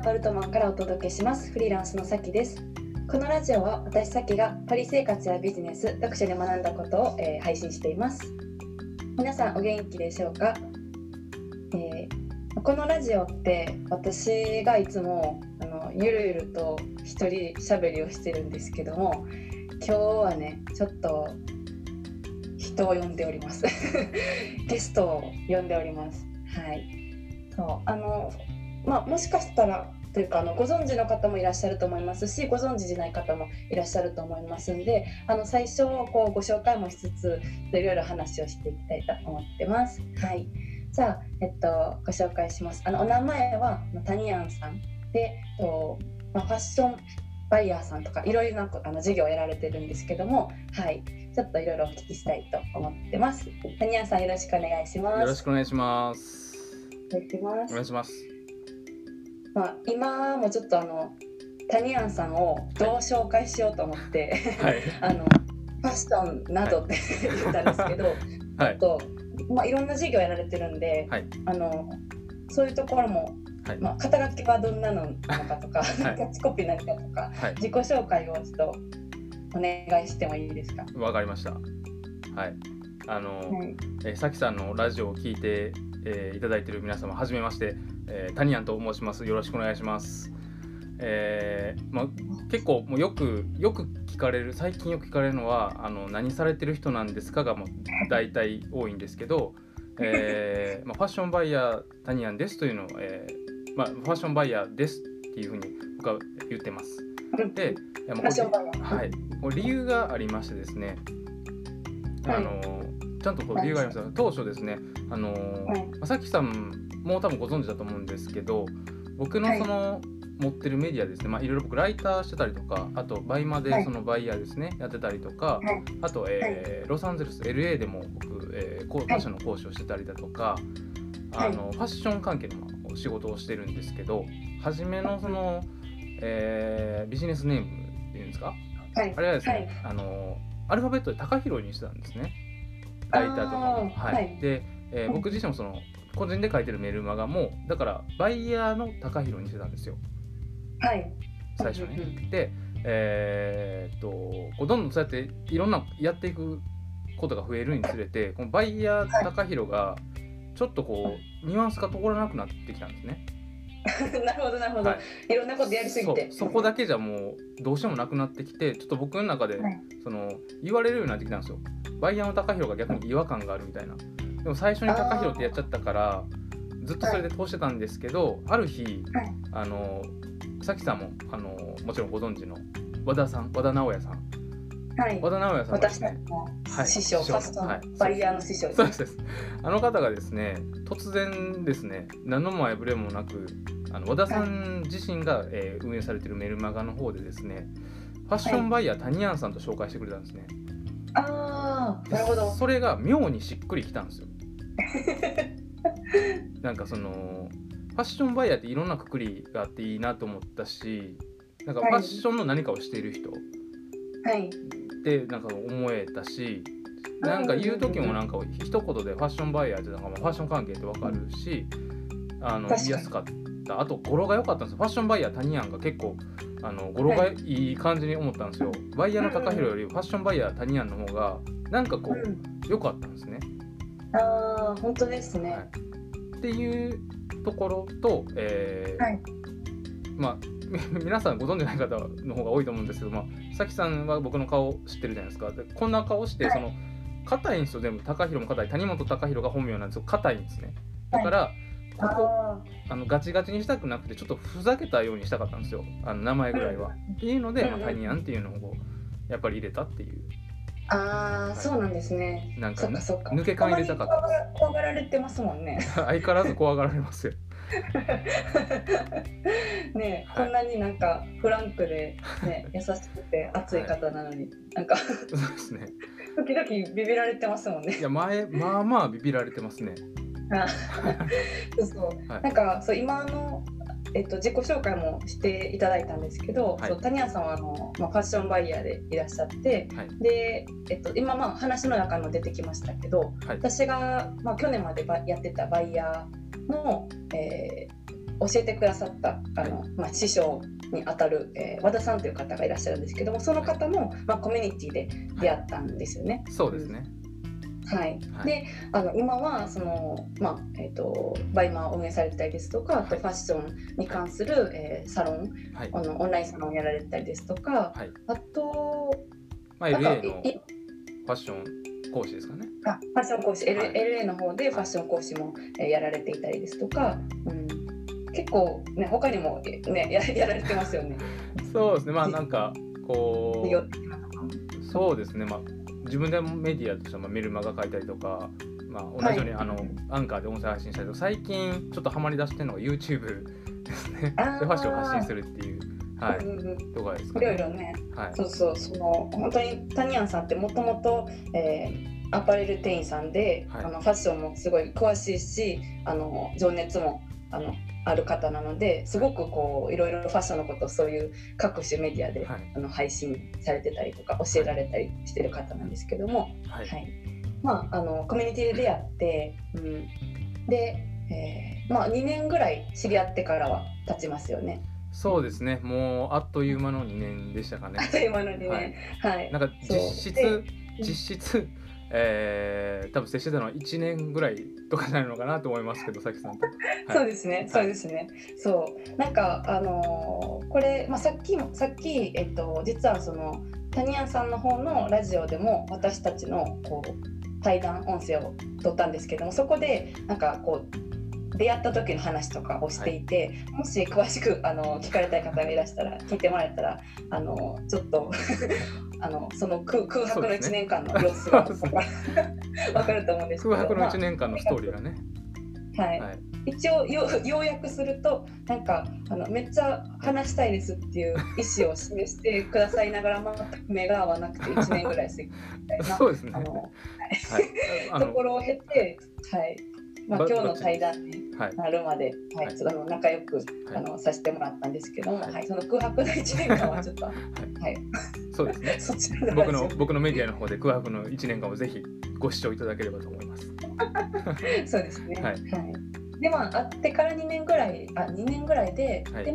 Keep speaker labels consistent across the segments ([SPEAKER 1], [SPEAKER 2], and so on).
[SPEAKER 1] パルトマンからお届けします。フリーランスのさきです。このラジオは私さきがパリ生活やビジネス、読書で学んだことを、配信しています。皆さんお元気でしょうか？このラジオって私がいつもゆるゆると一人喋りをしてるんですけども、今日はねちょっと人を呼んでおりますゲストを呼んでおります。はい。そうもしかしたらというかご存知の方もいらっしゃると思いますし、ご存知でない方もいらっしゃると思いますんで、最初ご紹介もしつついろいろ話をしていきたいと思ってます。はい。じゃあ、ご紹介します。お名前はタニアンさんで、ファッションバイヤーさんとかいろいろな事業をやられてるんですけども、はい、ちょっといろいろお聞きしたいと思ってます。タニアンさん、よろしくお願いします。
[SPEAKER 2] よろしくお願いします。お願いします。
[SPEAKER 1] 今もちょっとタニアンさんをどう紹介しようと思って、はい、ファッションなどって言ったんですけど、はい、いろんな事業やられてるんで、はい、そういうところも、はい、肩書きはどんなのかとか、はい、キャッチコピー何かとか、はい、自己紹介をちょっとお願いしてもいいですか？
[SPEAKER 2] わかりました。はい。さきさんのラジオを聞いて、いただいている皆様、はじめまして、タニアンと申します。よろしくお願いします。結構もうよく聞かれる、最近よく聞かれるのは何されてる人なんですかがもう大体多いんですけど、ファッションバイヤータニアンですというのを、ファッションバイヤーですっていうふうに僕は言ってます。で、はい、理由がありましてですね、ちゃんと理由があります。当初ですね、さきさんも多分ご存知だと思うんですけど、僕の持ってるメディアですね、いろいろ僕ライターしてたりとか、あとバイマでそのバイヤーですね、やってたりとか、あと、ロサンゼルス LA でも僕、ファッションの講師をしてたりだとか、ファッション関係の仕事をしてるんですけど、初めのビジネスネームっていうんですか、あれはですね、アルファベットで高弘にしてたんですね、ライターとかも。はい。で、僕自身も個人で書いてるメルマガもだからバイヤーの高弘にしてたんですよ。
[SPEAKER 1] はい。
[SPEAKER 2] 最初ね。で、どんどんそうやっていろんなやっていくことが増えるにつれて、このバイヤー高弘がちょっとニュアンスが通らなくなってきたんですね。
[SPEAKER 1] なるほどなるほど、はい、いろんなことやりすぎて、
[SPEAKER 2] そこだけじゃもうどうしてもなくなってきて、ちょっと僕の中で、言われるようになってきたんですよ。バイヤーの高弘が逆に違和感があるみたいな。でも最初に高弘ってやっちゃったからずっとそれで通してたんですけど、ある日、さきさんももちろんご存知の和田直也さん、和田直也さんがですね、
[SPEAKER 1] 師匠、ファッションバイヤーの師匠です。
[SPEAKER 2] そうです。あの方がですね、突然ですね、何の前触れもなく和田さん自身が、運営されているメルマガの方でですね、ファッションバイヤータニアンさんと紹介してくれたんですね。
[SPEAKER 1] なるほど。
[SPEAKER 2] それが妙にしっくりきたんですよ。なんかファッションバイヤーっていろんなくくりがあっていいなと思ったし、なんかファッションの何かをしている人ってなんか思えたし、なんか言う時もなんか一言でファッションバイヤーってなんかファッション関係って分かるし、言いやすかった。あと語呂が良かったんですよ。ファッションバイヤータニアンが結構語呂がいい感じに思ったんですよ。バイヤーの高弘よりファッションバイヤータニアンの方がなんか良かったんですね。
[SPEAKER 1] 本当ですね。
[SPEAKER 2] はい、っていうところと、皆さんご存じない方の方が多いと思うんですけど、さきさんは僕の顔知ってるじゃないですか。でこんな顔して硬いんですよ。全部高弘も硬い、谷本高弘が本名なんですよ。硬いんですね。だから、ここガチガチにしたくなくてちょっとふざけたようにしたかったんですよ、名前ぐらいは。っていうので、タニアンっていうのをやっぱり入れたっていう。
[SPEAKER 1] そうなんですね。
[SPEAKER 2] なんか抜け感入れたかったです。
[SPEAKER 1] 怖がられてますもんね。
[SPEAKER 2] 相変わらず怖がられますよ。
[SPEAKER 1] ね、こんなになんかフランクで、ね、優しくて熱い方なのに、なんか
[SPEAKER 2] そうですね。
[SPEAKER 1] 時々ビビられてますもんね。
[SPEAKER 2] いやまあビビられてますね。
[SPEAKER 1] なんか今自己紹介もしていただいたんですけど、タニアンさんはファッションバイヤーでいらっしゃって、で、今話の中の出てきましたけど、私が、去年までやってたバイヤーの、 教えてくださった師匠にあたる、和田さんという方がいらっしゃるんですけども、その方も、コミュニティで出会ったんですよね。
[SPEAKER 2] そうですね。
[SPEAKER 1] はい、で今はその、バイマーを運営されてたりですとか、あとファッションに関する、サロン、オンラインサロンをやられてたりですとか、あと、
[SPEAKER 2] LA のファッション講師ですかね。
[SPEAKER 1] ファッション講師、LA の方でファッション講師も、やられていたりですとか、結構ね、他にも、ね、やられてますよね。
[SPEAKER 2] そうですね。なんかこう、そうですね。自分でもメディアとしてはメルマガ書いたりとか、同じようにアンカーで音声配信したりとか、最近ちょっとハマり出してるのが YouTube ですね。でファッションを発信するっていう、とかですかね。
[SPEAKER 1] いろいろね、その本当にタニアンさんってもともとアパレル店員さんで、ファッションもすごい詳しいし、情熱もある方なので、すごくこういろいろファッションのことをそういう各種メディアで、配信されてたりとか教えられたりしてる方なんですけども、コミュニティで出会って、で、2年ぐらい知り合ってからは経ちますよね。
[SPEAKER 2] そうですね。もうあっという間の2年でしたかね。
[SPEAKER 1] あっという間の2年。
[SPEAKER 2] なんか実質多分接してたのは1年ぐらいとかになるのかなと思いますけど、さきさんと。
[SPEAKER 1] そうですね、そうですね。そうなんかこれ、さっき実はそのタニアンさんの方のラジオでも私たちのこう対談音声を取ったんですけども、そこでなんかこう出会った時の話とかをしていて、もし詳しく聞かれたい方がいらしたら聞いてもらえたらちょっとその空白の1年間の様子が分かると思うんですけど、
[SPEAKER 2] 空白の1年間のストーリーがね、
[SPEAKER 1] 一応要約すると、なんかめっちゃ話したいですっていう意思を示してくださいながら全く目が合わなくて1年ぐらい過ぎてみたいな
[SPEAKER 2] そうですね、
[SPEAKER 1] ところを経て、今日の対談になるまで、仲良くさせてもらったんですけども、その空白の1年間はちょっと
[SPEAKER 2] そうですね僕のメディアの方で空白の1年間をぜひご視聴いただければと思います。
[SPEAKER 1] そうですね。で会ってから2年ぐらいで、で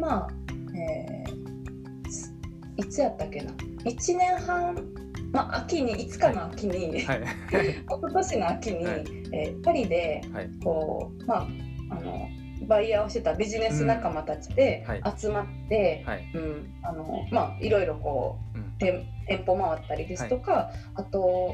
[SPEAKER 1] いつやったっけな、1年半、秋にいつかの秋に、一昨年の秋に、パリでこうバイヤーをしてたビジネス仲間たちで集まって、いろいろこう店舗回ったりですとか、あと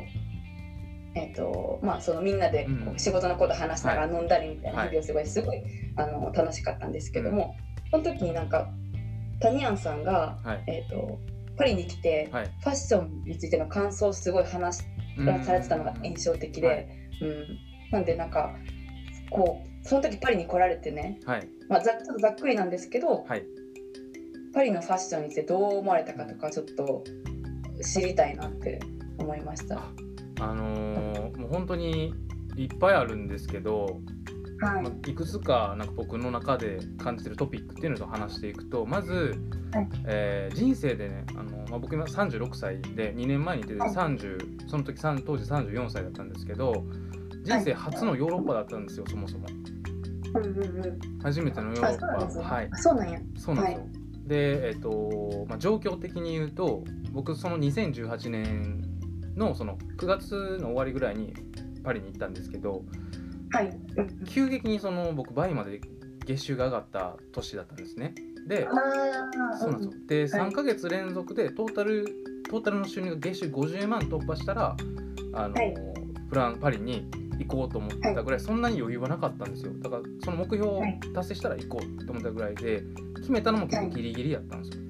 [SPEAKER 1] そのみんなでこう仕事のこと話しながら飲んだりみたいな日々をすごい楽しかったんですけども、その時になんかタニアンさんが、パリに来て、ファッションについての感想をすごい話されてたのが印象的で、なんでなんかこうその時パリに来られてね、ちょっとざっくりなんですけど、パリのファッションについてどう思われたかとかちょっと知りたいなって思いました。
[SPEAKER 2] もう本当にいっぱいあるんですけど、いくつかなんか僕の中で感じてるトピックっていうのを話していくと、まず、人生でね、僕今36歳で2年前に出て30、その時当時34歳だったんですけど、人生初のヨーロッパだったんですよ、そもそも。初めてのヨーロッパ。
[SPEAKER 1] そうなんや。
[SPEAKER 2] そうなんですよ。で、状況的に言うと、僕その2018年のその9月の終わりぐらいにパリに行ったんですけど、急激にその僕バイまで月収が上がった年だったんですね。で、そうなんですよ。で、3ヶ月連続でトータルの収入が月収50万突破したらパリに行こうと思ってたぐらい、そんなに余裕はなかったんですよ。だからその目標を達成したら行こうと思ったぐらいで、決めたのも結構ギリギリやったんですよ。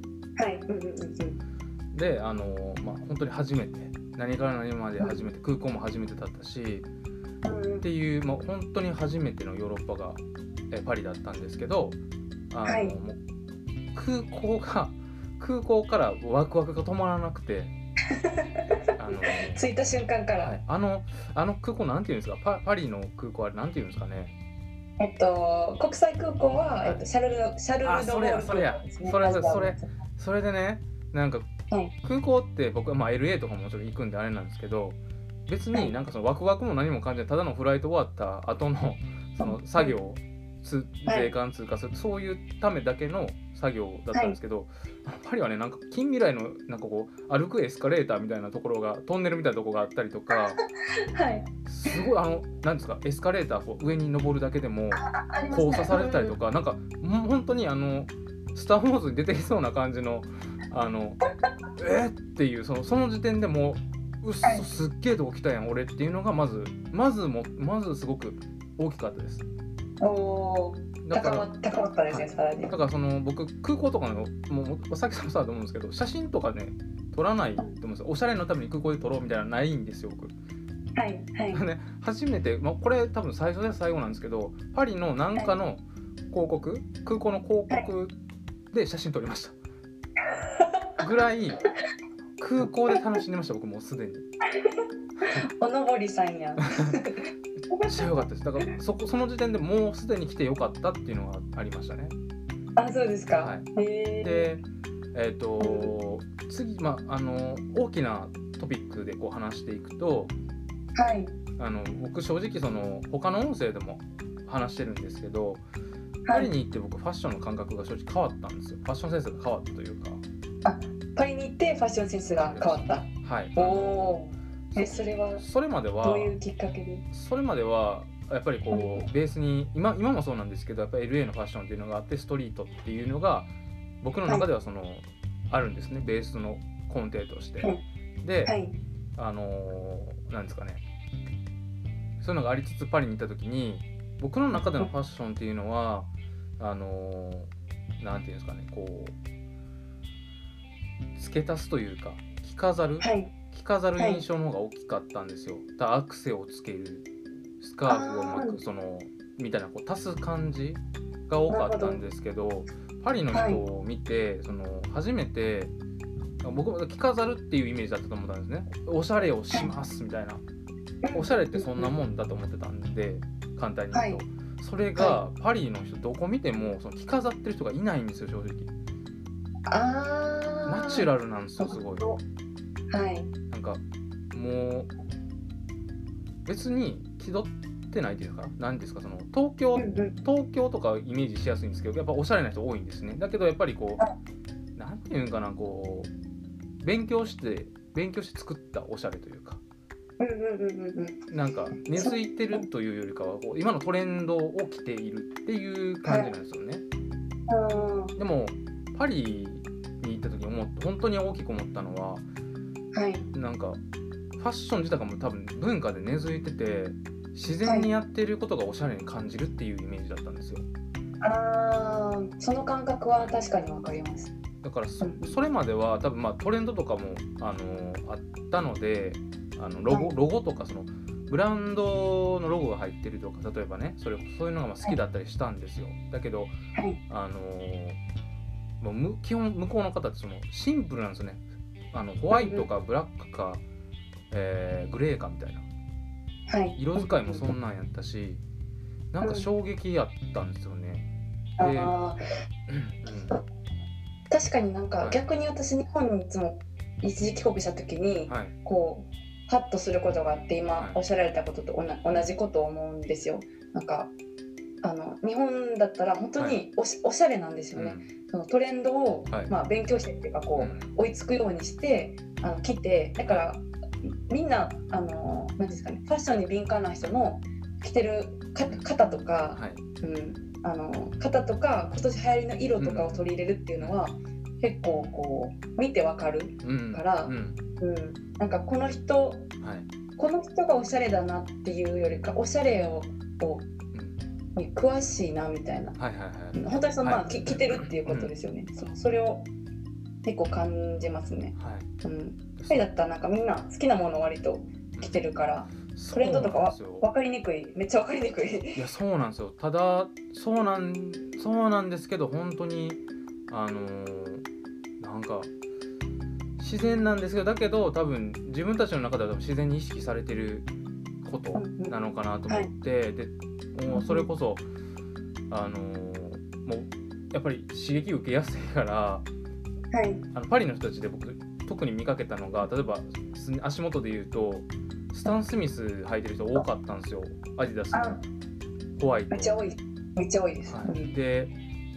[SPEAKER 2] で、本当に初めて何から何まで初めて、空港も初めてだったしっていう、本当に初めてのヨーロッパがパリだったんですけど、もう空港からワクワクが止まらなくて
[SPEAKER 1] 着いた瞬間から、
[SPEAKER 2] あの空港なんていうんですか、パリの空港はなんていうんですかね。
[SPEAKER 1] 国際空港は、シャルル・ド・ゴール空港ですね。
[SPEAKER 2] それでね、なんか空港って僕はLA とかももちろん行くんであれなんですけど、別になんかそのワクワクも何も感じない、ただのフライト終わった後のその作業、 税関通過する、そういうためだけの作業だったんですけど、パリはねなんか近未来のなんかこう歩くエスカレーターみたいなところがトンネルみたいなところがあったりとか、
[SPEAKER 1] はい、
[SPEAKER 2] すごいなんですか、エスカレーターこう上に登るだけでも
[SPEAKER 1] ありますね。
[SPEAKER 2] 交差されたりとか、なんか本当にスター・ウォーズに出てきそうな感じのっていうその時点でもう
[SPEAKER 1] はい
[SPEAKER 2] すっげえとこ来たやん俺っていうのがまずすごく大きかったです。
[SPEAKER 1] お
[SPEAKER 2] だから
[SPEAKER 1] 高まったですね、さらに。
[SPEAKER 2] だから僕空港とかのもうさっきもそうだと思うんですけど、写真とかね撮らないと思うんですよ。おしゃれのために空港で撮ろうみたいなのないんですよ僕。
[SPEAKER 1] はいはい
[SPEAKER 2] ね、初めて、これ多分最初で最後なんですけど、パリのなんかの広告、空港の広告で写真撮りましたぐらい空港で楽しんでました僕もうすでに。
[SPEAKER 1] おのぼりさんやん。
[SPEAKER 2] めっちゃ良かったです。だからその時点でもうすでに来てよかったっていうのがありましたね。
[SPEAKER 1] あ、そうですか。
[SPEAKER 2] はい、で次、大きなトピックでこう話していくと、
[SPEAKER 1] はい、
[SPEAKER 2] 僕正直他の音声でも話してるんですけど、パリに行って僕ファッションの感覚が正直変わったんですよ。ファッションセンスが変わったというか。
[SPEAKER 1] パリに行ってファッションセンスが変わった。
[SPEAKER 2] はい。
[SPEAKER 1] おお。それまではどういうきっかけで？
[SPEAKER 2] それまではやっぱりこうベースに今もそうなんですけど、やっぱり LA のファッションっていうのがあって、ストリートっていうのが僕の中ではあるんですね、ベースの根底として。で、なんですかね、そういうのがありつつパリに行った時に僕の中でのファッションっていうのはなんていうんですかね、こう付け足すというか着飾る印象の方が大きかったんですよ。アクセをつける、スカーフを巻くみたいなこう足す感じが多かったんですけど、パリの人を見て初めて僕も着飾るっていうイメージだったと思ったんですね。おしゃれをしますみたいな。おしゃれってそんなもんだと思ってたんで、簡単に言うと、それがパリの人どこ見ても着飾ってる人がいないんですよ正直。ナチュラルなんですよすごい。なんかもう別に気取ってないというか、何ですか、東京とかイメージしやすいんですけど、やっぱおしゃれな人多いんですね。だけどやっぱりこうなんていうんかな、こう勉強して作ったおしゃれというか、なんか根付いてるというよりかはこう今のトレンドを着ているっていう感じなんですよね。でもパリに行った時に本当に大きく思ったのは、なんかファッション自体がもう多分文化で根付いてて、自然にやっていることがおしゃれに感じるっていうイメージだったんですよ。
[SPEAKER 1] その感覚は確かに分かります。
[SPEAKER 2] だからそれまでは多分トレンドとかもあったので、ロゴとかブランドのロゴが入ってるとか、例えばねそういうのが好きだったりしたんですよ。だけど、もう基本向こうの方ってシンプルなんですよね。ホワイトかブラックか、グレーかみたいな、色使いもそんなんやったし、なんか衝撃やったんですよね。
[SPEAKER 1] 確かになんか逆に私日本にいつも一時帰国した時に、こうハッとすることがあって、今おっしゃられたことと同じことを思うんですよ。なんか日本だったら本当におしゃれなんですよね。そのトレンドを、勉強してっていうかこう、追いつくようにして着て、だからみんな何ですかね、ファッションに敏感な人も着てる型とか、型とか今年流行りの色とかを取り入れるっていうのは、結構こう見てわかるから、なんかこの人がおしゃれだなっていうよりか、おしゃれに詳しいなみたいな、本当に着てるっていうことですよね。それを結構感じますね。だったらなんかみんな好きなものを割と着てるから、トレンドとかは分かりにくい、めっちゃ分かりにくい。
[SPEAKER 2] いやそうなんですよ。ただそうなんですけど、本当になんか自然なんですけど、だけど多分自分たちの中では多分自然に意識されてることなのかなと思って、でもうそれこそもうやっぱり刺激受けやすいから、パリの人たちで僕特に見かけたのが、例えば足元で言うとスタン・スミス履いてる人多かったんですよ。アディダスのホワイト。
[SPEAKER 1] めっちゃ多い。 めっちゃ多いです。
[SPEAKER 2] は
[SPEAKER 1] うん。
[SPEAKER 2] い、で、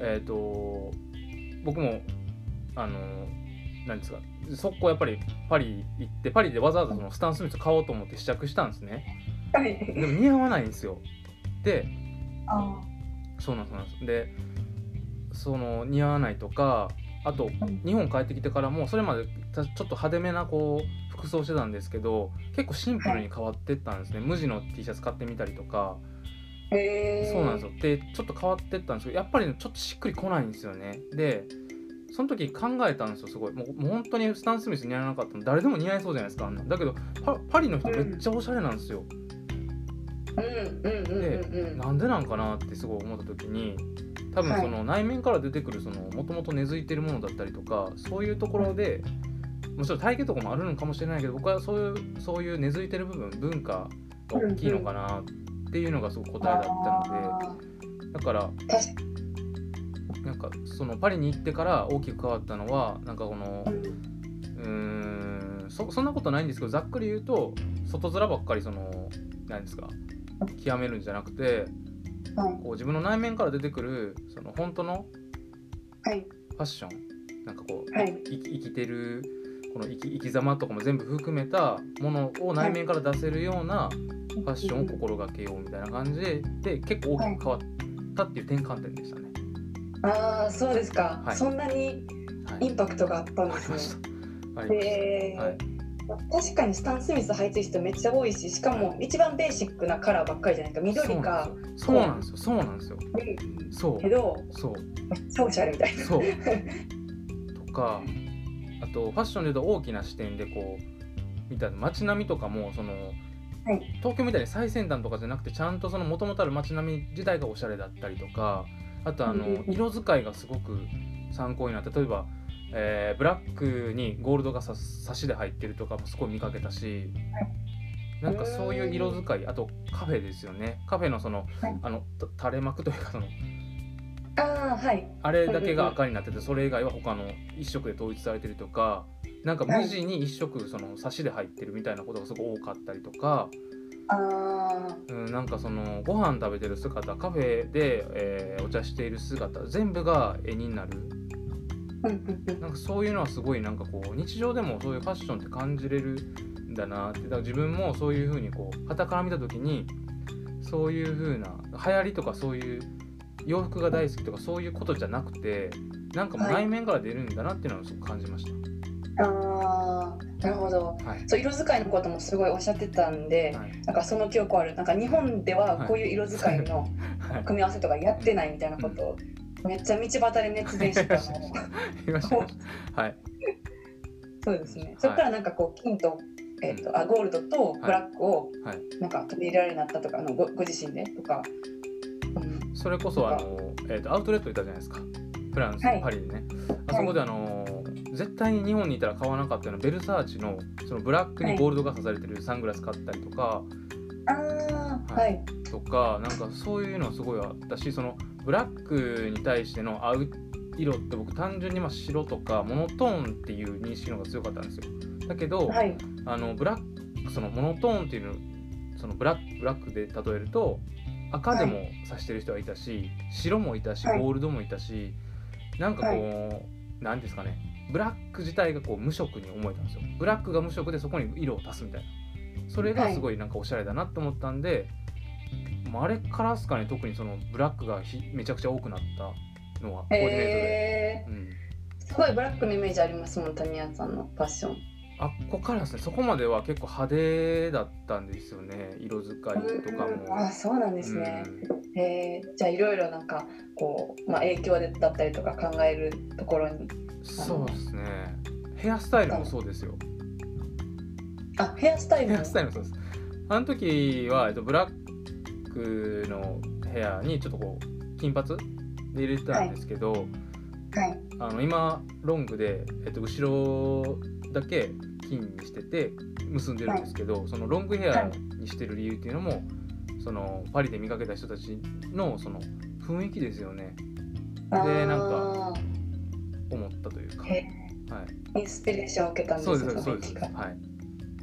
[SPEAKER 2] 僕もなんですか、速攻やっぱりパリ行って、パリでわざわざそのスタン・スミス買おうと思って試着したんですね。
[SPEAKER 1] は
[SPEAKER 2] でも
[SPEAKER 1] い。
[SPEAKER 2] 似合わないんですよ。で、
[SPEAKER 1] あ
[SPEAKER 2] そうなんです。で、その似合わないとか、あと
[SPEAKER 1] あ、うん。
[SPEAKER 2] 日本帰ってきてからもそれまでちょっと派手めなこう服装してたんですけど、結構シンプルに
[SPEAKER 1] はい。
[SPEAKER 2] 変わってったんですね。無地の T シャツ買ってみたりとか。
[SPEAKER 1] へ
[SPEAKER 2] そうなんですよ。
[SPEAKER 1] え。
[SPEAKER 2] で、ちょっと変わってったんですけど、やっぱりねちょっとしっくりこないんですよね。で、その時考えたんですよ、すごい。もう本当にスタン・スミス似合わなかったの誰でも似合いそうじゃないですか、あんな。だけどパリの人めっ
[SPEAKER 1] うん。
[SPEAKER 2] ちゃおしゃれなんですよ。
[SPEAKER 1] うんうんうん
[SPEAKER 2] で、
[SPEAKER 1] うんうん。
[SPEAKER 2] なんでなんかなってすごい思った時に、多分
[SPEAKER 1] はい。
[SPEAKER 2] その内面から出てくるそのもともと根付いてるものだったりとか、そういうところで、もちろん体型とかもあるのかもしれないけど、僕はそういう根付いてる部分、文化が大きいの
[SPEAKER 1] うんうん。
[SPEAKER 2] かなっていうのがすごく答えだったので、
[SPEAKER 1] ああ、
[SPEAKER 2] だから
[SPEAKER 1] 確か
[SPEAKER 2] なんかそのパリに行ってから大きく変わったのは、なんかこの
[SPEAKER 1] に。
[SPEAKER 2] そんなことないんですけど、ざっくり言うと外面ばっかり何ですか、極めるんじゃなくて、
[SPEAKER 1] はい。
[SPEAKER 2] こう自分の内面から出てくるその本当の
[SPEAKER 1] はい。
[SPEAKER 2] ファッション、なんかこう
[SPEAKER 1] はい。
[SPEAKER 2] 生きてるこの生き様とかも全部含めたものを内
[SPEAKER 1] はい。
[SPEAKER 2] 面から出せるような
[SPEAKER 1] うん
[SPEAKER 2] ファッションを
[SPEAKER 1] うんうん。
[SPEAKER 2] 心がけようみたいな感じで結構大
[SPEAKER 1] はい。
[SPEAKER 2] きく変わったっていう転換点でしたね。
[SPEAKER 1] ああ、そうですか。
[SPEAKER 2] はい、
[SPEAKER 1] そんなに
[SPEAKER 2] はい、
[SPEAKER 1] インパクトがあったんですね。
[SPEAKER 2] ありました、あり
[SPEAKER 1] へ
[SPEAKER 2] ました。は
[SPEAKER 1] え。
[SPEAKER 2] い、
[SPEAKER 1] 確かにスタン・スミス履いてる人めっちゃ多いし、しか
[SPEAKER 2] はい、
[SPEAKER 1] も一番ベーシックなカラーばっかりじゃないか。緑か
[SPEAKER 2] そうなんですよ。そうなん
[SPEAKER 1] 紺、
[SPEAKER 2] ですよ。そうなんですよ。
[SPEAKER 1] うん
[SPEAKER 2] そう
[SPEAKER 1] けど、
[SPEAKER 2] そう
[SPEAKER 1] めっちゃおしゃれみたいな。
[SPEAKER 2] そうとか、あとファッションでいうと大きな視点でこうみたいな街並みとかも
[SPEAKER 1] はい。
[SPEAKER 2] 東京みたいに最先端とかじゃなくて、ちゃんとその元々ある街並み自体がおしゃれだったりとか、あと
[SPEAKER 1] うんうんうん。
[SPEAKER 2] 色使いがすごく参考になって、例えば、ブラックにゴールドが差しで入ってるとかもすごい見かけたし、な
[SPEAKER 1] う
[SPEAKER 2] んかそういう色
[SPEAKER 1] ーん。
[SPEAKER 2] 使い、あとカフェですよね。カフェの
[SPEAKER 1] はい。
[SPEAKER 2] 垂れ幕というか
[SPEAKER 1] ああ、はい。
[SPEAKER 2] あれ
[SPEAKER 1] うん
[SPEAKER 2] だけが
[SPEAKER 1] うんうん。
[SPEAKER 2] 赤になってて、それ以外は他の一色で統一されてるとか、なんか無
[SPEAKER 1] はい。
[SPEAKER 2] 地に一色差しで入ってるみたいなことがすごい多かったりとか、
[SPEAKER 1] ああ。
[SPEAKER 2] なんかご飯食べてる姿、カフェで、お茶している姿、全部が絵になる。
[SPEAKER 1] うんうんうん。
[SPEAKER 2] なんかそういうのはすごいなんかこう日常でもそういうファッションって感じれるんだなって。だから自分もそういう風にこう傍から見た時に、そういう風な流行りとかそういう洋服が大好きとかそういうことじゃなくて、なんかもう
[SPEAKER 1] はい。
[SPEAKER 2] 内面から出るんだなっていうのをすごく感じまし
[SPEAKER 1] ああ、なるほど。
[SPEAKER 2] た。はい。
[SPEAKER 1] そう、色使いのこともすごいおっしゃってたんで、
[SPEAKER 2] はい。
[SPEAKER 1] なんかその記憶ある。なんか日本では
[SPEAKER 2] はい。
[SPEAKER 1] こういう色使いの
[SPEAKER 2] はい。
[SPEAKER 1] 組み合わせとかやっ
[SPEAKER 2] うん。
[SPEAKER 1] てないみたいな
[SPEAKER 2] うん。
[SPEAKER 1] ことを、めっちゃ道端で熱弁してたのを、
[SPEAKER 2] いましたいました。はい。
[SPEAKER 1] そうですね。そこ
[SPEAKER 2] はい。
[SPEAKER 1] からなんかこう金と、
[SPEAKER 2] うん。
[SPEAKER 1] ゴールドとブ
[SPEAKER 2] はい。
[SPEAKER 1] ラックを
[SPEAKER 2] はい。
[SPEAKER 1] なんか取り入れられるようになったとか、ご自身でとか、うん、
[SPEAKER 2] それこそ
[SPEAKER 1] なんか、
[SPEAKER 2] アウトレットいたじゃないですか。フランス、
[SPEAKER 1] はい、
[SPEAKER 2] パリでね。あそこで
[SPEAKER 1] はい、
[SPEAKER 2] 絶対に日本にいたら買わなかったようなベルサーチのそのブラックに
[SPEAKER 1] はい。
[SPEAKER 2] ゴールドが刺されてるサングラス買ったりとか、
[SPEAKER 1] ああ、
[SPEAKER 2] はい。
[SPEAKER 1] はい、
[SPEAKER 2] とか、なんかそういうのすごいあったし、ブラックに対しての合う色って僕単純に白とかモノトーンっていう認識の方が強かったんですよ。だけど、
[SPEAKER 1] はい、
[SPEAKER 2] ブラック、そのモノトーンっていうの、ブラックで例えると、赤で
[SPEAKER 1] はい、
[SPEAKER 2] も指してる人がいたし、白もいたし、
[SPEAKER 1] はい、
[SPEAKER 2] ゴールドもいたし、なんか
[SPEAKER 1] はい。
[SPEAKER 2] こう、なんですかね、ブラック自体がこう無色に思えたんですよ。ブラックが無色でそこに色を足すみたいな。それが
[SPEAKER 1] はい。
[SPEAKER 2] すごいなんかおしゃれだなって思ったんで、もうあれからですかね、特にブラックがめちゃくちゃ多くなったのは、コーディネートで。うん。
[SPEAKER 1] すごいブラックのイメージありますもん、タミヤさんのファッション。
[SPEAKER 2] あっこからですね、そこまでは結構派手だったんですよね、色使
[SPEAKER 1] う
[SPEAKER 2] いとか
[SPEAKER 1] ーん、
[SPEAKER 2] も。
[SPEAKER 1] あ、そうなんで
[SPEAKER 2] う
[SPEAKER 1] すね。
[SPEAKER 2] ん。
[SPEAKER 1] じゃあいろいろなんかこう、まあ、影響でだったりとか考えるところに、
[SPEAKER 2] そうですね。ヘアスタイルも
[SPEAKER 1] あの
[SPEAKER 2] そうですよ。
[SPEAKER 1] あ、ヘアスタイル
[SPEAKER 2] ヘアス
[SPEAKER 1] も。
[SPEAKER 2] タイルもそうです。あの時は、ブラックのヘアにちょっとこう金髪で入れてた
[SPEAKER 1] はい、
[SPEAKER 2] んですけど、
[SPEAKER 1] はい、
[SPEAKER 2] 今ロングで、後ろだけ金にしてて結んでる
[SPEAKER 1] はい、
[SPEAKER 2] んですけど、そのロングヘア
[SPEAKER 1] はい。
[SPEAKER 2] にしてる理由っていうのも、パリで見かけた人たちのその雰囲気ですよね。で、なんか
[SPEAKER 1] ああ、
[SPEAKER 2] 思ったというか、
[SPEAKER 1] へ
[SPEAKER 2] はい。
[SPEAKER 1] インスピレーションを受けたんですね、その
[SPEAKER 2] そうです、そうです、そうです。
[SPEAKER 1] 雰囲気から。
[SPEAKER 2] はい。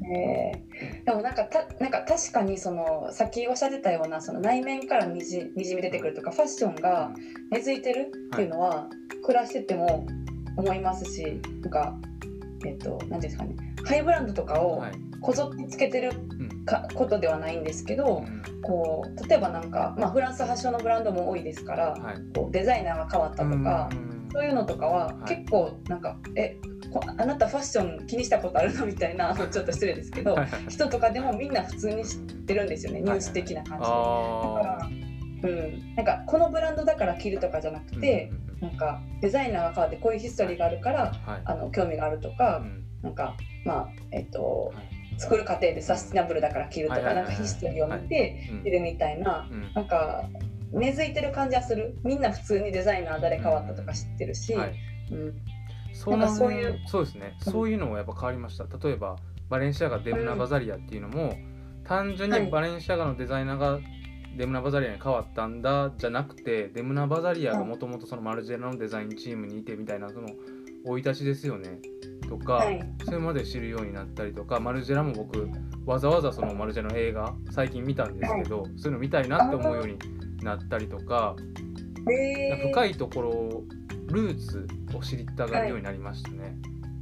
[SPEAKER 1] でもなんか確かにそのさっきおっしゃってたようなその内面からにじみ出てくるとかファッションが根付いてるっていうのは暮らしてても思いますし、なんかなんていうんですかね、ハイブランドとかをこぞってつけてることではないんですけど、こう例えばなんか、まあ、フランス発祥のブランドも多いですから、こうデザイナーが変わったとか、そういうのとかは結構なんかあなたファッション気にしたことあるのみたいなちょっと失礼ですけど人とかでもみんな普通に知ってるんですよね、ニュース的な感じで。だからなんかこのブランドだから着るとかじゃなくて、なんかデザイナーが変わってこういうヒストリーがあるから、興味があるとか、なんかまあ作る過程でサスティナブルだから着るとか、なんかヒストリーを見て着るみたいな、なんか根付いてる感じはする。みんな普通にデザイナー誰変わったとか知ってるし、
[SPEAKER 2] そうですね、そういうのもやっぱ変わりました。例えばバレンシアガデムナバザリアっていうのも、単純にバレンシアガのデザイナーがデムナバザリアに変わったんだじゃなくて、デムナバザリアがもともとそのマルジェラのデザインチームにいてみたいな、その生い立ちですよねとか、それまで知るようになったりとか、マルジェラも僕わざわざそのマルジェラの映画最近見たんですけど、そういうの見たいなって思うようになったりとか、深いところルーツを知りたがるようになりましたね。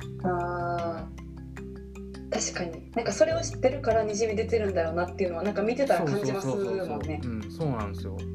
[SPEAKER 1] 確かになんかそれを知ってるからにじみ出てるんだろうなっていうのはなんか見てたら感じますもんね。
[SPEAKER 2] そうなんですよ。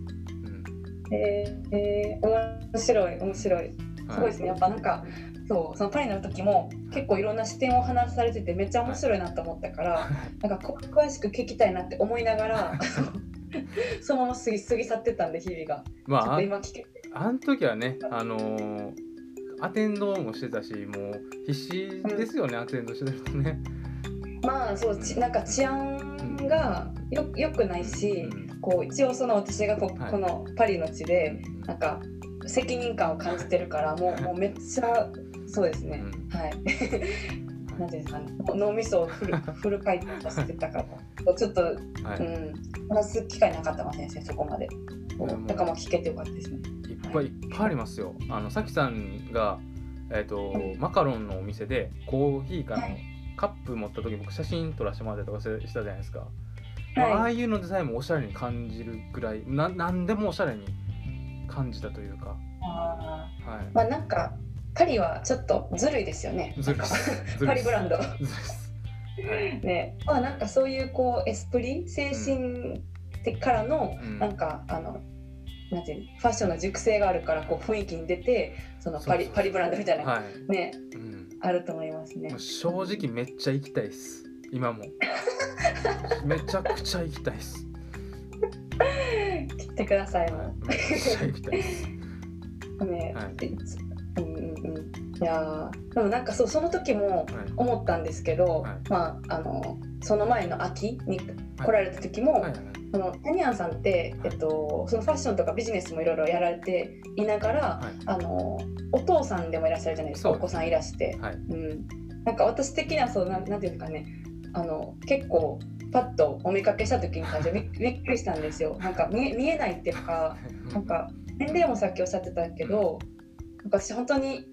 [SPEAKER 1] 面白いすごいですね。やっぱなんかそのパリの時も結構いろんな視点を話されててめっちゃ面白いなと思ったから、なんか詳しく聞きたいなって思いながらそのまま過ぎ去ってたんで日々が。
[SPEAKER 2] まあ、
[SPEAKER 1] ちょっと今聞け
[SPEAKER 2] あの時はね、アテンドもしてたし、もう必死ですよね、アテンドしてる人ね。
[SPEAKER 1] まあそうなんか治安がよくないし、こう一応その私がこのパリの地でなんか責任感を感じてるからもうめっちゃそうですね、はいなんていうんですかね、脳みそをフル回転させてたからちょっと、話す機会なかったかもしれないですね、そこまで。だからもう聞けてよかったですね。
[SPEAKER 2] いっぱいありますよ。さきさんが、マカロンのお店でコーヒーかのカップ持った時僕写真撮らせてもらったりとかしたじゃないですか。ああいうのデザインもおしゃれに感じるぐらいなんでもおしゃれに感じたというか。
[SPEAKER 1] まあなんかパリはちょっとずるいですよね。パリブランドね、まあなんかそういうこうエスプリ精神的からのなんかなんていうファッションの熟成があるからこう雰囲気に出てそのパリブランドみたいなね、あると思いますね。
[SPEAKER 2] 正直めっちゃ行きたいです今もめちゃくちゃ行きたいです
[SPEAKER 1] 来てくださいもう
[SPEAKER 2] めっちゃ行きたいです
[SPEAKER 1] ね、いやでもなんかその時も思ったんですけど、まあその前の秋に来られた時も、タニアンさんって、そのファッションとかビジネスもいろいろやられていながら、お父さんでもいらっしゃるじゃないですか、お子さんいらして、なんか私的にはそうなんていうんですかね、結構パッとお見かけした時にびっくりしたんですよ。なんか見えないっていうか、なんか年齢もさっきおっしゃってたけど、私本当に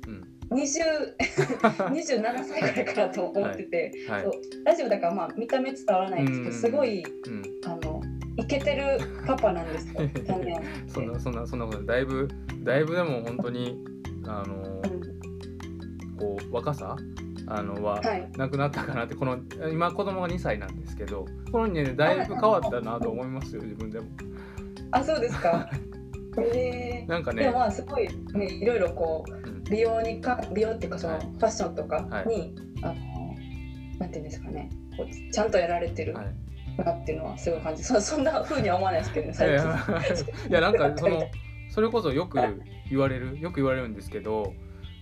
[SPEAKER 1] 27歳ぐらいからと思ってて、そうラジオだからまあ見た目伝わらないんですけど、すごいイケてるパパなんですよ。
[SPEAKER 2] そんなことだいぶでも本当にこう若さはなくなったかなって、この今子供が2歳なんですけど、この2年でだいぶ変わったなと思いますよ自分でも。
[SPEAKER 1] あ、そうですか。
[SPEAKER 2] なんかね、
[SPEAKER 1] でもまあすごいね、いろいろこう美容っていうかそのファッションとかになんていうんですかね、こうちゃんとやられてるなっていうのはすごい感じ。そんな風には思わないですけどね、最近。
[SPEAKER 2] いやなんかそれこそよく言われるんですけど、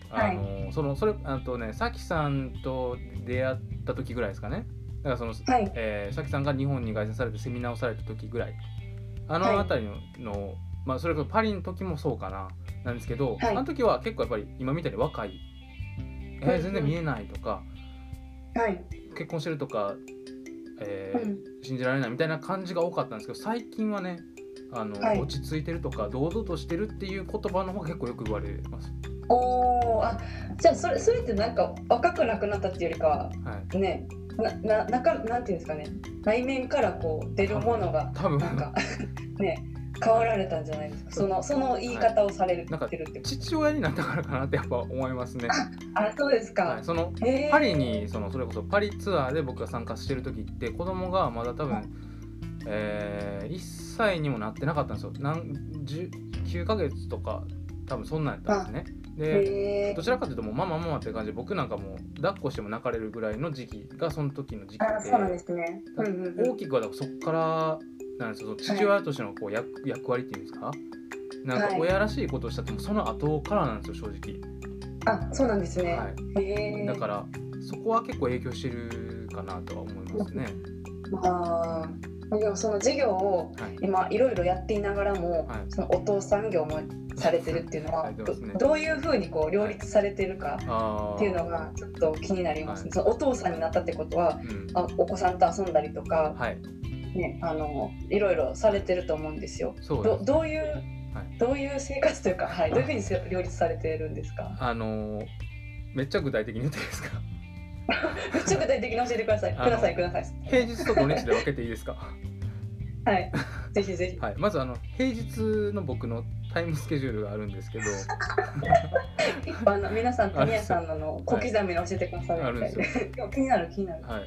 [SPEAKER 2] さきさんと出会った時ぐらいですかね。だからさきさんが日本に凱旋されてセミナーをされた時ぐらい、あたりのまあそれこそパリの時もそうかななんですけど、あの時は結構やっぱり今みたいに若い、全然見えないとか、結婚してるとか、信じられないみたいな感じが多かったんですけど、最近はね落ち着いてるとか堂々としてるっていう言葉の方が結構よく言われます。
[SPEAKER 1] じゃあそれってなんか若くなくなったっていうよりかは、ね、 なんていうんですかね、内面からこう出るものが
[SPEAKER 2] 多分
[SPEAKER 1] なんかね変わられたんじゃないですか。その言い方をされ
[SPEAKER 2] なんか
[SPEAKER 1] てるってこと。
[SPEAKER 2] 父親になったからかなってやっぱ思いますね。
[SPEAKER 1] そうですか。
[SPEAKER 2] はい、そのパリにそれこそパリツアーで僕が参加してる時って子供がまだ多分、1歳にもなってなかったんですよ。9ヶ月とか多分そんなんやったんですね。でどちらかというともうママって感じで、僕なんかもう抱っこしても泣かれるぐらいの時期がその時の時期で、
[SPEAKER 1] そうなんですね。
[SPEAKER 2] 大きくはだからそこからなんですよ、父親としてのこう役割っていうんですか、なんか親らしいことをしたってもその後からなんですよ、正直。
[SPEAKER 1] そうなんですね。
[SPEAKER 2] はい、だからそこは結構影響してるかなとは思いますね。
[SPEAKER 1] でもその授業を今いろいろやっていながらも、そのお父さん業もされてるっていうのはどういうふうにこう両立されてるかっていうのがちょっと気になりますね。そのお父さんになったってことは、お子さんと遊んだりとか、ね、いろいろされてると思うんですよ。どういう生活というか、どういうふうに両立されてるんですか？
[SPEAKER 2] めっちゃ具体的に言っていいですか？
[SPEAKER 1] めっちゃ具体的に教えてください。
[SPEAKER 2] 平日と土日で分けていいですか？
[SPEAKER 1] はい、ぜひぜひ。
[SPEAKER 2] はい、まず平日の僕のタイムスケジュールがあるんですけど
[SPEAKER 1] 皆さんタミヤさんの小刻みに教えてください。あるんですよ。気になる。
[SPEAKER 2] はい、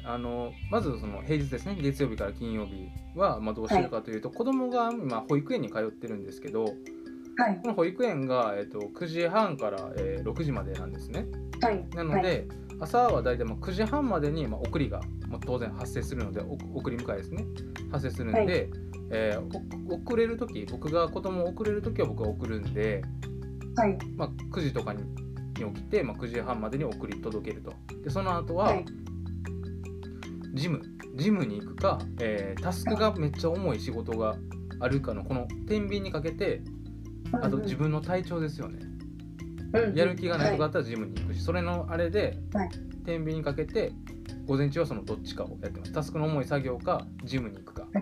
[SPEAKER 2] まずその平日ですね、月曜日から金曜日はどうしてるかというと、子供が今保育園に通ってるんですけど、この保育園が、9時半から、6時までなんですね。なので、朝はだいたい9時半までに、送りが当然発生するので、送り迎えですね、発生するので、送れるとき、僕が子供を送れるときは僕は送るんで、9時とかに起きて、9時半までに送り届けると。でその後は、ジムに行くか、タスクがめっちゃ重い仕事があるかのこの天秤にかけて、あと自分の体調ですよね。やる気がないとかあったらジムに行くし、それのあれで天秤にかけて午前中はそのどっちかをやってます。タスクの重い作業かジムに行くか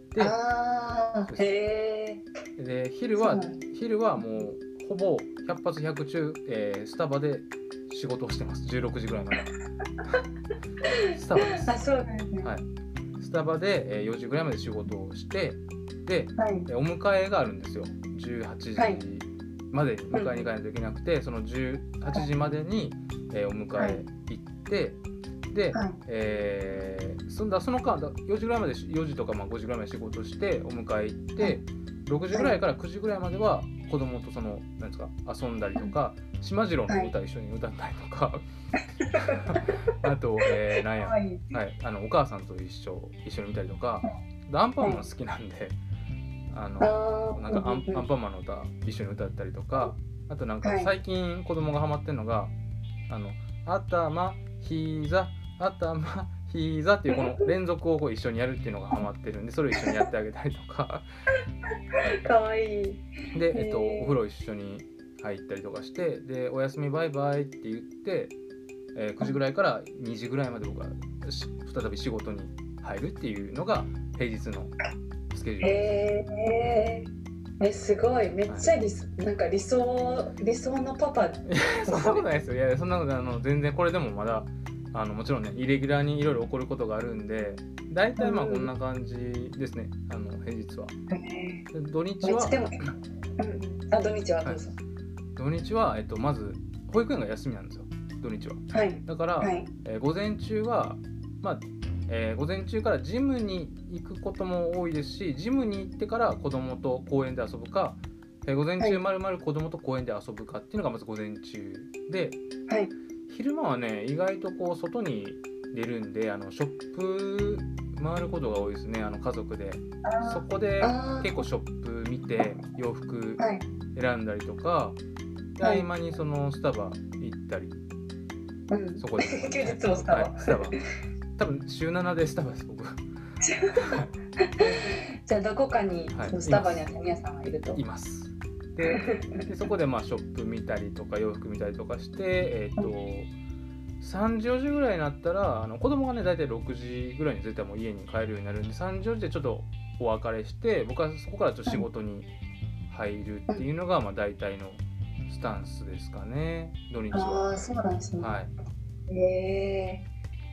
[SPEAKER 2] で、昼はもうほぼ100発100中、スタバで仕事をしてます。16時ぐらいまでスタバです。
[SPEAKER 1] そうなんですね。
[SPEAKER 2] スタバで4時ぐらいまで仕事をして、で、お迎えがあるんですよ。18時までに迎えに行かないといけなくて、その18時までに、お迎え行って、で、その間4時ぐらいまで4時とか5時ぐらいまで仕事してお迎え行って、6時ぐらいから9時ぐらいまでは子供となんですか、遊んだりとか、島次郎の歌一緒に歌ったりとかあと、なんや、お母さんと一緒に見たりとか、アンパンマン好きなんで、なんかアンパンマンの歌一緒に歌ったりとか、あとなんか最近子供がハマってるのが、頭膝頭膝っていうこの連続をこう一緒にやるっていうのがハマってるんで、それを一緒にやってあげたりとか
[SPEAKER 1] かわいい。
[SPEAKER 2] で、お風呂一緒に入ったりとかして、でおやすみバイバイって言って、9時ぐらいから2時ぐらいまで僕は再び仕事に入るっていうのが平日のスケジュールです。
[SPEAKER 1] すごい、めっちゃなんか理想のパパ。
[SPEAKER 2] そんなことないですよ。いや、そんなこと全然これでもまだもちろんね、イレギュラーにいろいろ起こることがあるんで、大体こんな感じですね、平日は。土日は、土日は、まず保育園が休みなんですよ、土日は。だから、午前中は、午前中からジムに行くことも多いですし、ジムに行ってから子供と公園で遊ぶか、午前中まるまる子供と公園で遊ぶかっていうのがまず午前中で、昼間はね、意外とこう外に出るんで、ショップ回ることが多いですね、家族で。そこで結構ショップ見て洋服選んだりとか、で合間にそのスタバ行ったり、そこで
[SPEAKER 1] 休日もスタバ、
[SPEAKER 2] スタバ多分週7でスタバです僕
[SPEAKER 1] じゃあどこかにスタバには皆さんはいると。
[SPEAKER 2] います。でそこでショップ見たりとか洋服見たりとかして、3時4時ぐらいになったら子供がね大体6時ぐらいに絶対もう家に帰るようになるんで、3時4時でちょっとお別れして、僕はそこからちょっと仕事に入るっていうのが大体のスタンスですかね、土日は。
[SPEAKER 1] そうなんですね。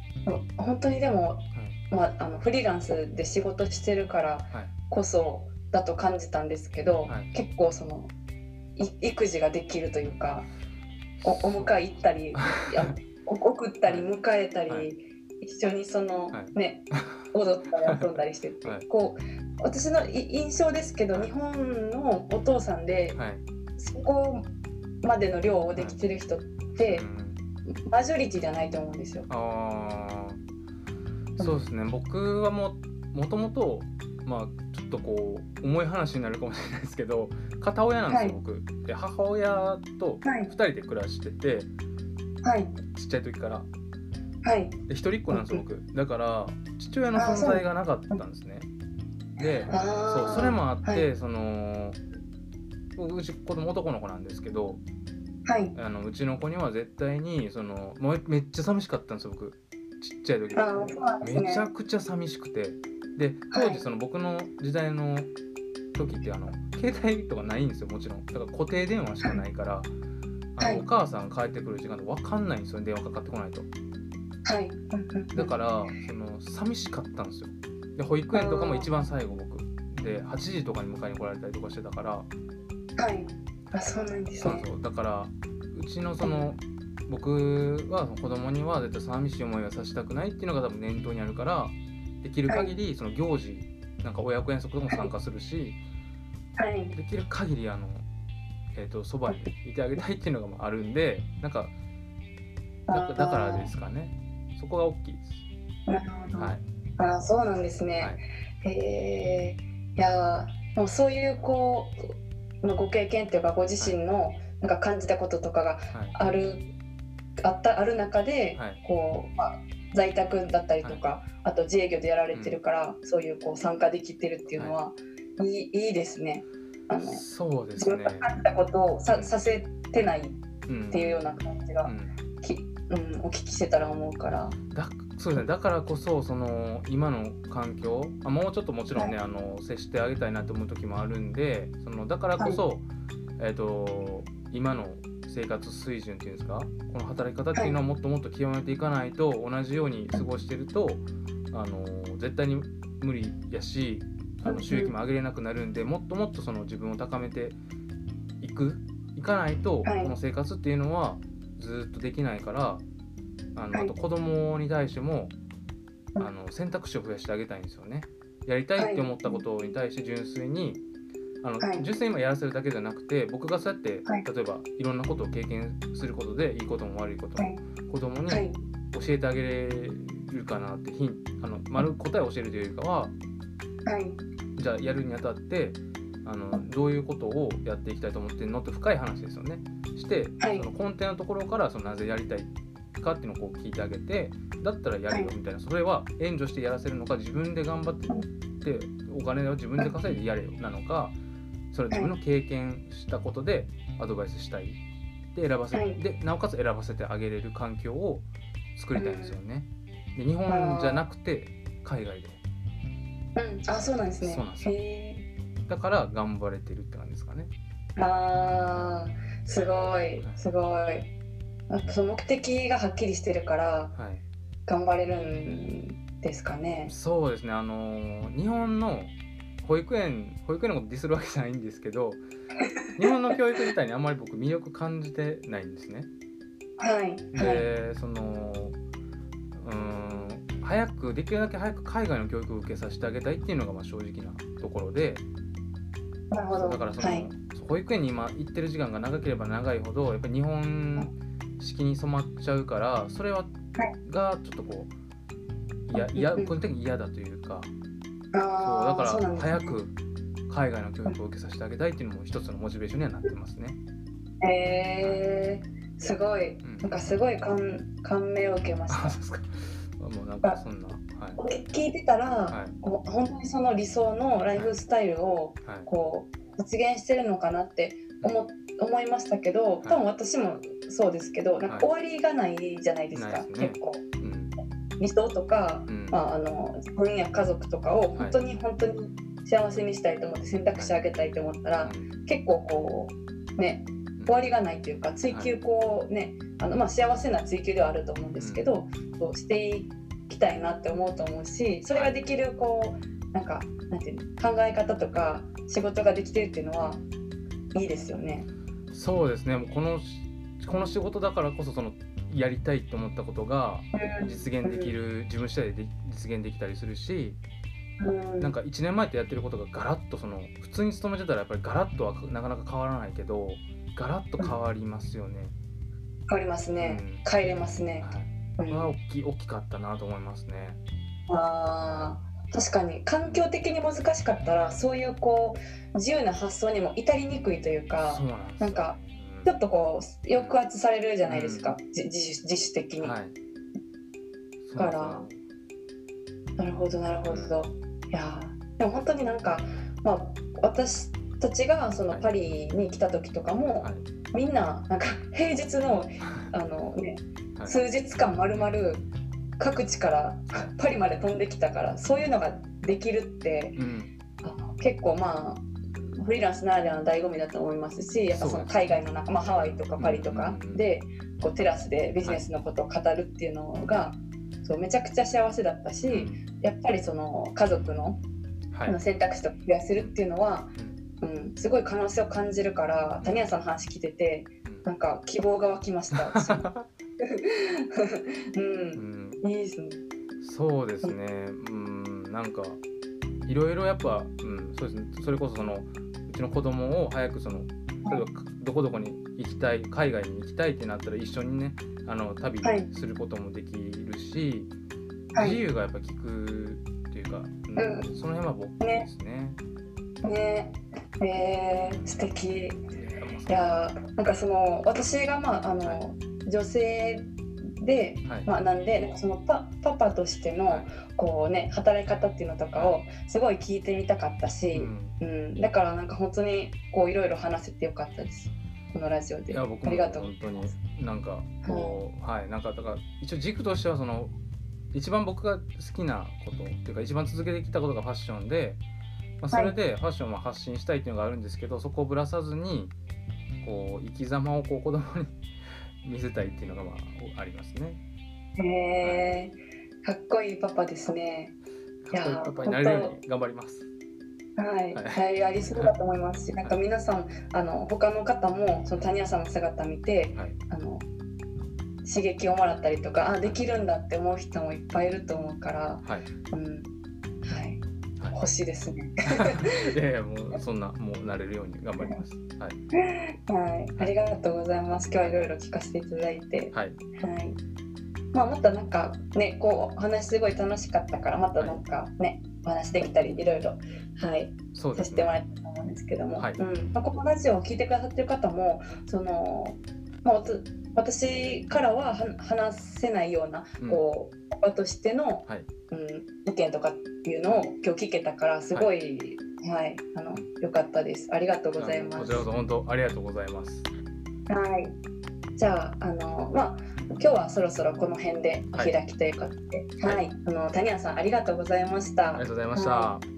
[SPEAKER 1] 本当にでも、
[SPEAKER 2] はい
[SPEAKER 1] フリーランスで仕事してるから
[SPEAKER 2] はい
[SPEAKER 1] こそだと感じたんですけど、
[SPEAKER 2] はい。
[SPEAKER 1] 結構その育児ができるというか、お
[SPEAKER 2] そう。
[SPEAKER 1] 迎え行ったり、送ったり
[SPEAKER 2] はい
[SPEAKER 1] 迎えた
[SPEAKER 2] はい
[SPEAKER 1] り、一緒にその
[SPEAKER 2] はい
[SPEAKER 1] ね、踊ったり遊んだりしてて、
[SPEAKER 2] はい
[SPEAKER 1] こう私の印象ですけど、
[SPEAKER 2] はい
[SPEAKER 1] 日本のお父さんで
[SPEAKER 2] はい
[SPEAKER 1] そこまでの量をで
[SPEAKER 2] はい。
[SPEAKER 1] きてる人っ
[SPEAKER 2] う
[SPEAKER 1] て
[SPEAKER 2] ん。
[SPEAKER 1] マジョリティじゃないと思うんですよ。
[SPEAKER 2] ああ、
[SPEAKER 1] うん、
[SPEAKER 2] そうですね。僕はもともと、まあ、ちょっとこう、重い話になるかもしれないですけど、片親なんですよ、
[SPEAKER 1] はい
[SPEAKER 2] 僕。で、母親と
[SPEAKER 1] はい
[SPEAKER 2] 2人で暮らしてて、
[SPEAKER 1] はい
[SPEAKER 2] ちっちゃい時から。
[SPEAKER 1] はい
[SPEAKER 2] で、一人っ子なんですよ、
[SPEAKER 1] うんうん、
[SPEAKER 2] 僕。だから、父親の存
[SPEAKER 1] ああそうなんで
[SPEAKER 2] 在がなかっ
[SPEAKER 1] す、うん、
[SPEAKER 2] たんですね。で、そう、それ
[SPEAKER 1] あ
[SPEAKER 2] もあっ
[SPEAKER 1] あはい
[SPEAKER 2] て、うち子供男の子なんですけど、
[SPEAKER 1] はい
[SPEAKER 2] うちの子には絶対に、もうめっちゃ寂しかったんですよ、僕。ちっちゃい時。
[SPEAKER 1] ああそうなんです
[SPEAKER 2] めちゃ
[SPEAKER 1] ね。
[SPEAKER 2] くちゃ寂しくて。で、当時
[SPEAKER 1] はい
[SPEAKER 2] 僕の時代の時って携帯とかないんですよ、もちろん。だから固定電話しかないから、お
[SPEAKER 1] はい
[SPEAKER 2] 母さん帰ってくる時間で分かんないんですよ、電話かかってこないと。
[SPEAKER 1] はいうんうんうん
[SPEAKER 2] だから寂しかったんですよ。で、保育園とかも一番最後僕で8時とかに迎えに来られたりとかしてたから。
[SPEAKER 1] はいあそうなんですね。
[SPEAKER 2] そうそう、だからうちの僕は子供には絶対寂しい思いはさせたくないっていうのが多分念頭にあるから、できる
[SPEAKER 1] はい
[SPEAKER 2] 限りその行事なんか親子遠足とかも参加するし、
[SPEAKER 1] はい
[SPEAKER 2] できる限りそばにいてあげたいっていうのがあるんで、なんかだからですかね。そこが大きいです。
[SPEAKER 1] なるほど。
[SPEAKER 2] はい
[SPEAKER 1] あ、そうなんです
[SPEAKER 2] は
[SPEAKER 1] ね。
[SPEAKER 2] い
[SPEAKER 1] いやもうそういうご経験というかご自身のなんか感じたこととかが
[SPEAKER 2] はい
[SPEAKER 1] ある中で、
[SPEAKER 2] はい
[SPEAKER 1] 在宅だったりと
[SPEAKER 2] はい。
[SPEAKER 1] か、あと自営業でやられ
[SPEAKER 2] うん。
[SPEAKER 1] てるから、そういう参加できてるっていう
[SPEAKER 2] はい。
[SPEAKER 1] のは、いいですね。
[SPEAKER 2] そうで
[SPEAKER 1] 自
[SPEAKER 2] すね。
[SPEAKER 1] 分が感じたことを
[SPEAKER 2] うん
[SPEAKER 1] させてないっ
[SPEAKER 2] うん
[SPEAKER 1] ていうような感じが、
[SPEAKER 2] うん。
[SPEAKER 1] お聞きしてたら思うから。
[SPEAKER 2] そうですね。だからこそ今の環境、もうちょっともちろんね、
[SPEAKER 1] はい
[SPEAKER 2] 接してあげたいなと思う時もあるんで、だから
[SPEAKER 1] はい
[SPEAKER 2] こそ、今の生活水準っていうんですか、この働き方っていうのはもっともっと極めていかないと、同じように過ごしてると絶対に無理やし、収益も上げれなくなるんで、もっともっと自分を高めていかないと、
[SPEAKER 1] はい
[SPEAKER 2] この生活っていうのはずっとできないから、あ
[SPEAKER 1] はい
[SPEAKER 2] と子供に対しても
[SPEAKER 1] うん
[SPEAKER 2] 選択肢を増やしてあげたいんですよね。やりたいって思ったことに対して純粋に純粋に今やらせるだけじゃなくて、僕がそうやって
[SPEAKER 1] はい
[SPEAKER 2] 例えばいろんなことを経験することで、いいことも悪いことも
[SPEAKER 1] はい
[SPEAKER 2] 子供に
[SPEAKER 1] はい
[SPEAKER 2] 教えてあげれるかなって、丸く答えを教えるというよりかは、
[SPEAKER 1] はい
[SPEAKER 2] じゃあやるにあたってどういうことをやっていきたいと思ってるのって深い話ですよね。して
[SPEAKER 1] はい
[SPEAKER 2] その根底のところからなぜやりたいかっていうのを聞いてあげて、だったらやるよみたいな、それは援助してやらせるのか、自分で頑張ってお金を自分で稼いでやれよなのか、それ自分の経験したことでアドバイスしたいででなおかつ選ばせてあげれる環境を作りたいんですよね。で日本じゃなくて海外で。
[SPEAKER 1] あ、そうなんですね。
[SPEAKER 2] そうなんですよ。だから頑張れてるって感じですかね。
[SPEAKER 1] すごいすごい。その目的がはっきりしてるから
[SPEAKER 2] はい。
[SPEAKER 1] 頑張れるんですかね。
[SPEAKER 2] そうですね。日本の保育園のことディスるわけじゃないんですけど、日本の教育自体にあんまり僕魅力感じてないんですね。
[SPEAKER 1] はいはい
[SPEAKER 2] で、できるだけ早く海外の教育を受けさせてあげたいっていうのが正直なところで、
[SPEAKER 1] なるほど。
[SPEAKER 2] だから
[SPEAKER 1] はい
[SPEAKER 2] 保育園に今行ってる時間が長ければ長いほど、やっぱり日本式に染まっちゃうから、それがちょっと個人的に嫌だというか、そうだから早く海外の教育を受けさせてあげたいっていうのも一つのモチベーションにはなってますね。
[SPEAKER 1] すごい、なんかすごい感銘を受けました。
[SPEAKER 2] そうですか。もうなんかそんな、
[SPEAKER 1] 聞いてたら、本当にその理想のライフスタイルを実現してるのかなって思いましたけど、多分私もそうですけど、なんか終わりがないじゃないですか、結構。理想とか、自分や家族とかを本当に幸せにしたいと思って選択肢上げたいと思ったら、結構終わりがないというか、追求幸せな追求ではあると思うんですけど、してきたいなって思うと思うし、それができるこうなんていうの、考え方とか仕事ができてるっていうのはいいですよね。
[SPEAKER 2] そうですね。もうこの仕事だからこそ、そのやりたいと思ったことが実現できる、自分次第で実現できたりするし、なんか1年前とやってることがガラッと、その普通に勤めてたらやっぱりガラッとはなかなか変わらないけど、ガラッと変わりますよね。
[SPEAKER 1] 変わりますね。変えれますね。
[SPEAKER 2] は大きかったなと思いますね。
[SPEAKER 1] 確かに環境的に難しかったら、そういうこう自由な発想にも至りにくいというか、なんかちょっとこう抑圧されるじゃないですか、自主的に。だからなるほど。いやでも本当になんか、私たちがそのパリに来た時とかも、みんななんか平日の数日間まるまる各地からパリまで飛んできたから、そういうのができるって、結構フリーランスならではの醍醐味だと思いますし、やっぱその海外の中、ハワイとかパリとかでこうテラスでビジネスのことを語るっていうのが、そうめちゃくちゃ幸せだったし、やっぱりその家族の選択肢と増やせるっていうのは、すごい可能性を感じるから、谷谷さんの話聞いててなんか希望が湧きました。いいですね。
[SPEAKER 2] そうですね。なんかいろいろやっぱ、そうですね。それこそそのうちの子供を早くその例えばどこどこに行きたい、海外に行きたいってなったら一緒にね、旅することもできるし、自由がやっぱ利くっていうか、その辺は僕ですね。
[SPEAKER 1] 素敵。いやなんかその私が女性で、なんでそのパパとしてのこうね働き方っていうのとかをすごい聞いてみたかったし、だからなんか本当にこういろいろ話せてよかったです、このラジオで。
[SPEAKER 2] いや僕も本当になんかこう、なんかだから一応軸としてはその一番僕が好きなことっていうか一番続けてきたことがファッションで、それでファッションを発信したいっていうのがあるんですけど、そこをぶらさずにこう生き様をこう子供に見せたいっていうのがありますね。
[SPEAKER 1] かっこいいパパですね。
[SPEAKER 2] かっこいいパパになれるように頑張ります。
[SPEAKER 1] ありそうだと思いますし、なんか皆さん他の方もその谷谷さんの姿を見て、刺激をもらったりとか、できるんだって思う人もいっぱいいると思うから、欲しいですね。
[SPEAKER 2] いやもうそんなもうなれるように頑張ります。
[SPEAKER 1] ありがとうございます。今日はいろいろ聞かせていただいて、またなんかねこうお話すごい楽しかったから、またなんかね、お話できたりいろいろさせてもらえたと思うんですけども、このラジオを聞いてくださってる方もその、私からは話せないようなこうパパとしての意見とかっていうのを今日聞けたから、すごい良かったです。ありがとうございます。
[SPEAKER 2] こちらこそ本当ありがとうございます。
[SPEAKER 1] じゃあ今日はそろそろこの辺でお開きということで、谷谷さんありがとうございました。
[SPEAKER 2] ありがとうございました。